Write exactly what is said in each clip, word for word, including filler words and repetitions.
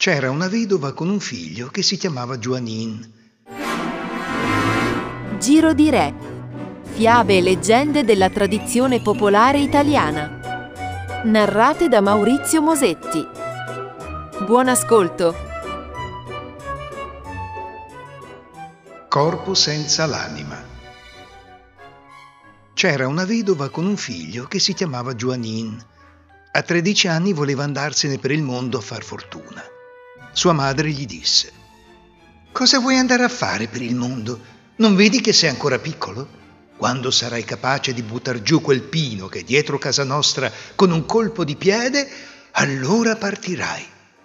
C'era una vedova con un figlio che si chiamava Joanin. Giro di Re. Fiabe e leggende della tradizione popolare italiana. Narrate da Maurizio Mosetti. Buon ascolto. Corpo senza l'anima. C'era una vedova con un figlio che si chiamava Joanin. A tredici anni voleva andarsene per il mondo a far fortuna. Sua madre gli disse: «Cosa vuoi andare a fare per il mondo? Non vedi che sei ancora piccolo? Quando sarai capace di buttar giù quel pino che è dietro casa nostra con un colpo di piede, allora partirai».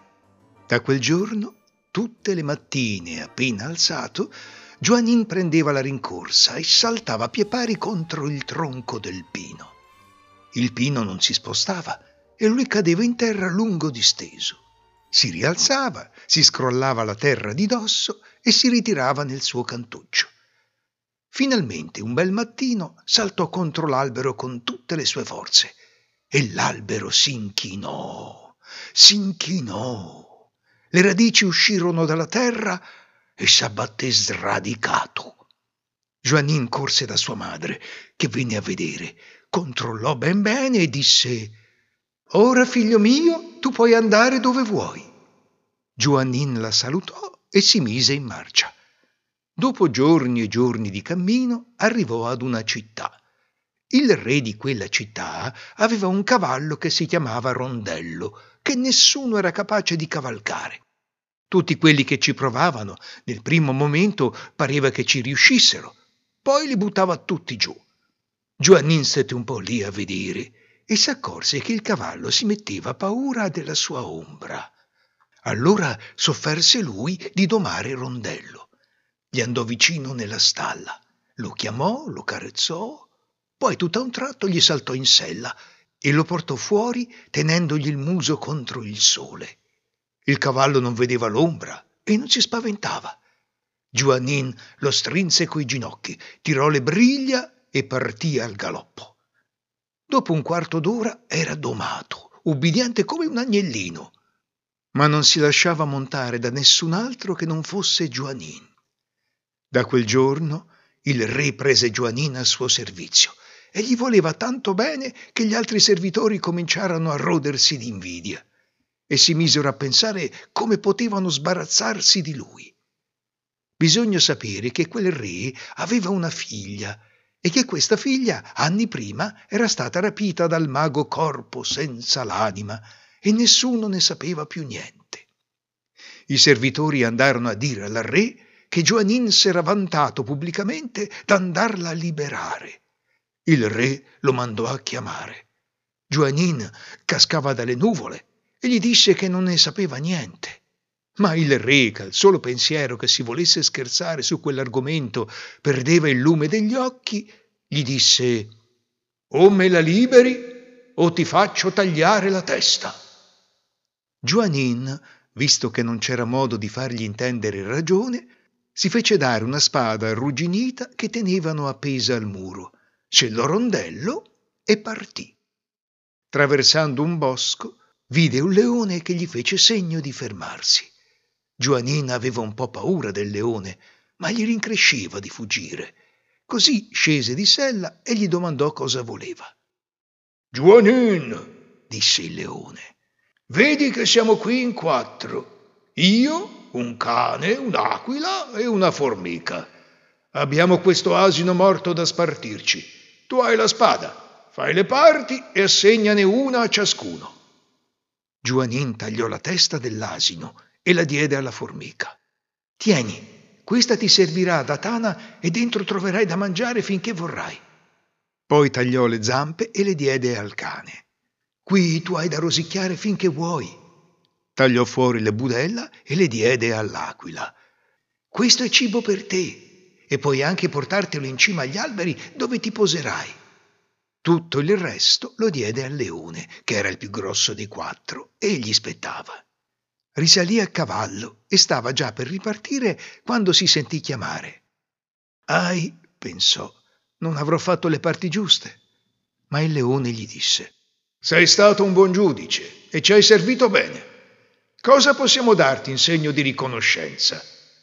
Da quel giorno, tutte le mattine, appena alzato, Joanin prendeva la rincorsa e saltava a pie pari contro il tronco del pino. Il pino non si spostava e lui cadeva in terra lungo disteso. Si rialzava, si scrollava la terra di dosso e si ritirava nel suo cantuccio. Finalmente, un bel mattino, saltò contro l'albero con tutte le sue forze e l'albero si inchinò, si inchinò. Le radici uscirono dalla terra e s'abbatté sradicato. Joanin corse da sua madre, che venne a vedere, controllò ben bene e disse: «Ora, figlio mio, tu puoi andare dove vuoi». Joanin la salutò e si mise in marcia. Dopo giorni e giorni di cammino arrivò ad una città. Il re di quella città aveva un cavallo che si chiamava Rondello, che nessuno era capace di cavalcare. Tutti quelli che ci provavano, nel primo momento pareva che ci riuscissero, poi li buttava tutti giù. Joanin stette un po' lì a vedere e si accorse che il cavallo si metteva paura della sua ombra. Allora s'offerse lui di domare Rondello. Gli andò vicino nella stalla, lo chiamò, lo carezzò, poi tutto a un tratto gli saltò in sella e lo portò fuori tenendogli il muso contro il sole. Il cavallo non vedeva l'ombra e non si spaventava. Joanin lo strinse coi ginocchi, tirò le briglia e partì al galoppo. Dopo un quarto d'ora era domato, ubbidiente come un agnellino, ma non si lasciava montare da nessun altro che non fosse Joanin. Da quel giorno il re prese Joanin al suo servizio e gli voleva tanto bene che gli altri servitori cominciarono a rodersi di invidia e si misero a pensare come potevano sbarazzarsi di lui. Bisogna sapere che quel re aveva una figlia e che questa figlia, anni prima, era stata rapita dal mago Corpo senza l'anima e nessuno ne sapeva più niente. I servitori andarono a dire al re che Joanin s'era vantato pubblicamente d'andarla a liberare. Il re lo mandò a chiamare. Joanin cascava dalle nuvole e gli disse che non ne sapeva niente. Ma il re, che al solo pensiero che si volesse scherzare su quell'argomento perdeva il lume degli occhi, gli disse: «O me la liberi o ti faccio tagliare la testa». Joanin, visto che non c'era modo di fargli intendere ragione, si fece dare una spada arrugginita che tenevano appesa al muro, scellò Rondello e partì. Traversando un bosco, vide un leone che gli fece segno di fermarsi. Joanin aveva un po' paura del leone, ma gli rincresceva di fuggire. Così scese di sella e gli domandò cosa voleva. «Joanin», disse il leone, «vedi che siamo qui in quattro. Io, un cane, un'aquila e una formica. Abbiamo questo asino morto da spartirci. Tu hai la spada, fai le parti e assegnane una a ciascuno». Joanin tagliò la testa dell'asino e la diede alla formica. «Tieni, questa ti servirà da tana e dentro troverai da mangiare finché vorrai». Poi tagliò le zampe e le diede al cane. «Qui tu hai da rosicchiare finché vuoi». Tagliò fuori le budella e le diede all'aquila. «Questo è cibo per te e puoi anche portartelo in cima agli alberi dove ti poserai». Tutto il resto lo diede al leone, che era il più grosso dei quattro, e gli spettava. Risalì a cavallo e stava già per ripartire quando si sentì chiamare. «Ahi», pensò, «non avrò fatto le parti giuste». Ma il leone gli disse: «Sei stato un buon giudice e ci hai servito bene. Cosa possiamo darti in segno di riconoscenza?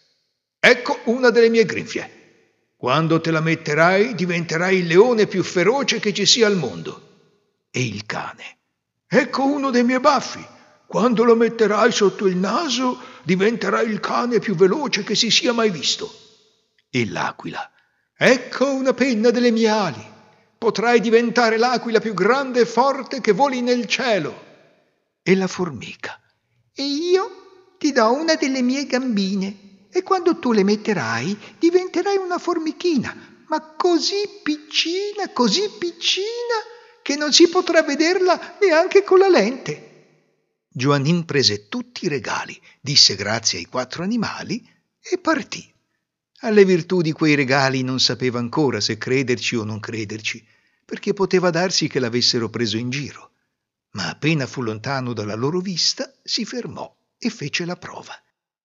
Ecco una delle mie grinfie. Quando te la metterai diventerai il leone più feroce che ci sia al mondo. E il cane. Ecco uno dei miei baffi. Quando lo metterai sotto il naso diventerai il cane più veloce che si sia mai visto. E l'aquila. Ecco una penna delle mie ali. Potrai diventare l'aquila più grande e forte che voli nel cielo. E la formica. E io ti do una delle mie gambine e quando tu le metterai diventerai una formichina, ma così piccina, così piccina che non si potrà vederla neanche con la lente. Joanin prese tutti i regali, disse grazie ai quattro animali e partì. Alle virtù di quei regali non sapeva ancora se crederci o non crederci, perché poteva darsi che l'avessero preso in giro. Ma appena fu lontano dalla loro vista, si fermò e fece la prova.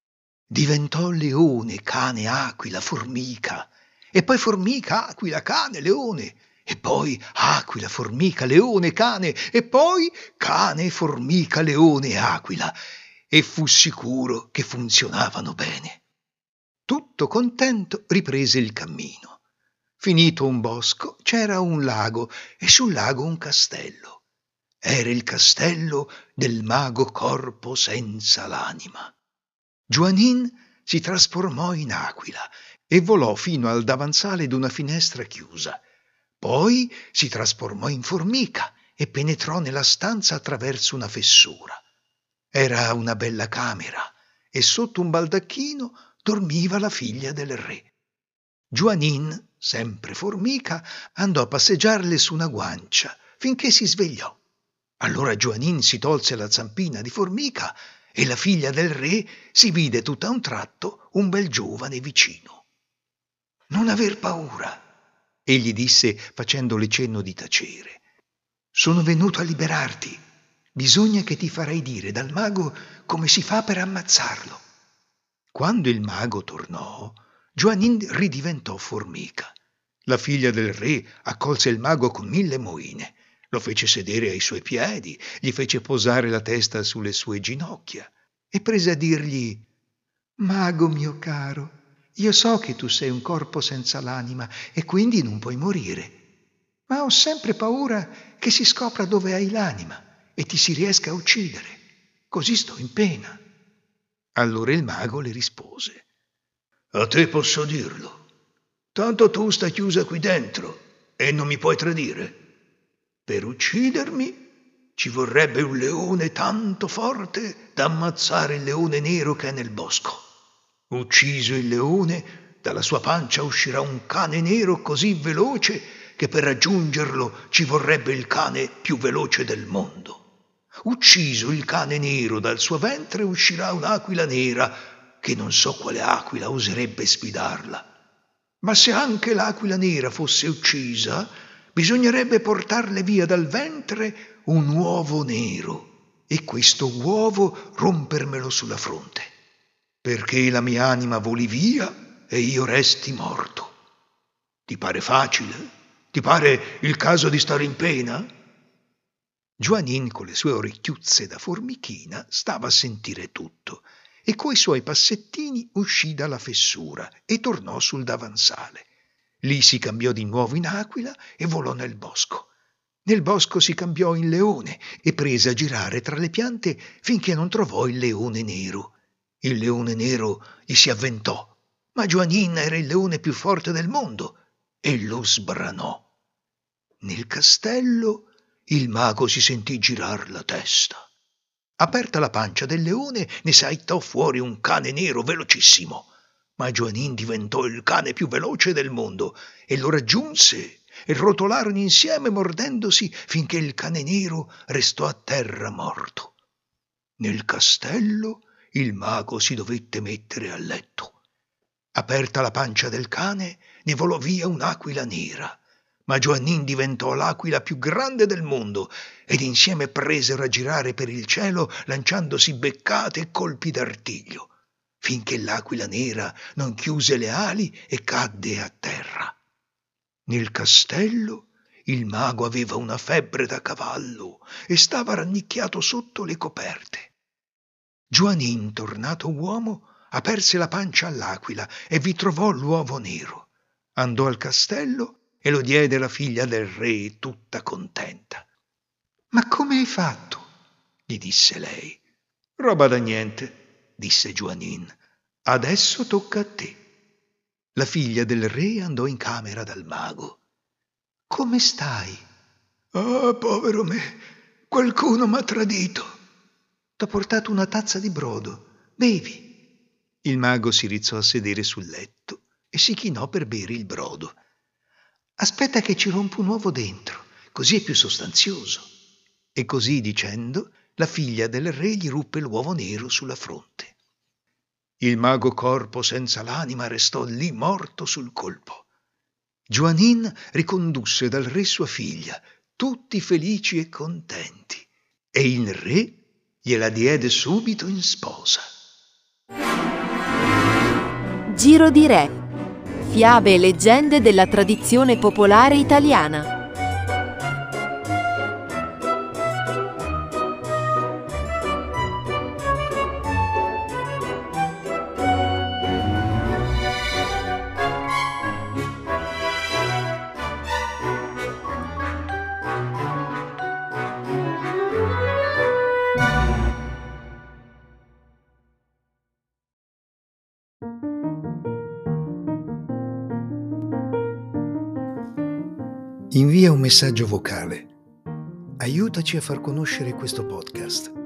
Diventò leone, cane, aquila, formica, e poi formica, aquila, cane, leone, e poi aquila, formica, leone, cane, e poi cane, formica, leone, aquila, e fu sicuro che funzionavano bene. Tutto contento riprese il cammino. Finito un bosco, c'era un lago e sul lago un castello. Era il castello del mago corpo senza l'anima. Joanin si trasformò in aquila e volò fino al davanzale d'una finestra chiusa. Poi si trasformò in formica e penetrò nella stanza attraverso una fessura. Era una bella camera e sotto un baldacchino dormiva la figlia del re. Joanin, sempre formica, andò a passeggiarle su una guancia finché si svegliò. Allora Joanin si tolse la zampina di formica e la figlia del re si vide tutto a un tratto un bel giovane vicino. «Non aver paura», egli disse facendole cenno di tacere. «Sono venuto a liberarti. Bisogna che ti farai dire dal mago come si fa per ammazzarlo». Quando il mago tornò, Joanin ridiventò formica. La figlia del re accolse il mago con mille moine. Lo fece sedere ai suoi piedi, gli fece posare la testa sulle sue ginocchia e prese a dirgli: «Mago mio caro, io so che tu sei un corpo senza l'anima e quindi non puoi morire, ma ho sempre paura che si scopra dove hai l'anima e ti si riesca a uccidere, così sto in pena». Allora il mago le rispose: «A te posso dirlo, tanto tu stai chiusa qui dentro e non mi puoi tradire. Per uccidermi ci vorrebbe un leone tanto forte da ammazzare il leone nero che è nel bosco. Ucciso il leone, dalla sua pancia uscirà un cane nero così veloce che per raggiungerlo ci vorrebbe il cane più veloce del mondo. Ucciso il cane nero, dal suo ventre uscirà un'aquila nera che non so quale aquila oserebbe sfidarla. Ma se anche l'aquila nera fosse uccisa, bisognerebbe portarle via dal ventre un uovo nero e questo uovo rompermelo sulla fronte, perché la mia anima voli via e io resti morto. Ti pare facile? Ti pare il caso di stare in pena?» Joanin, con le sue orecchiuzze da formichina, stava a sentire tutto e coi suoi passettini uscì dalla fessura e tornò sul davanzale. Lì si cambiò di nuovo in aquila e volò nel bosco. Nel bosco si cambiò in leone e prese a girare tra le piante finché non trovò il leone nero. Il leone nero gli si avventò, ma Joanin era il leone più forte del mondo e lo sbranò. Nel castello il mago si sentì girar la testa. Aperta la pancia del leone ne saettò fuori un cane nero velocissimo. Ma Joanin diventò il cane più veloce del mondo e lo raggiunse e rotolarono insieme mordendosi finché il cane nero restò a terra morto. Nel castello il mago si dovette mettere a letto. Aperta la pancia del cane ne volò via un'aquila nera, ma Joanin diventò l'aquila più grande del mondo ed insieme presero a girare per il cielo lanciandosi beccate e colpi d'artiglio, finché l'aquila nera non chiuse le ali e cadde a terra. Nel castello il mago aveva una febbre da cavallo e stava rannicchiato sotto le coperte. Juanin, tornato uomo, aperse la pancia all'aquila e vi trovò l'uovo nero. Andò al castello e lo diede alla figlia del re, tutta contenta. «Ma come hai fatto?» gli disse lei. «Roba da niente», disse Juanin. «Adesso tocca a te». La figlia del re andò in camera dal mago. «Come stai?» «Ah, povero me, qualcuno m'ha tradito». «T'ho portato una tazza di brodo, bevi». Il mago si rizzò a sedere sul letto e si chinò per bere il brodo. «Aspetta che ci rompo un uovo dentro, così è più sostanzioso». E così dicendo, la figlia del re gli ruppe l'uovo nero sulla fronte. Il mago corpo senza l'anima restò lì morto sul colpo. Juanin ricondusse dal re sua figlia, tutti felici e contenti, e il re gliela diede subito in sposa. Giro di Re. Fiabe e leggende della tradizione popolare italiana. Invia un messaggio vocale. Aiutaci a far conoscere questo podcast.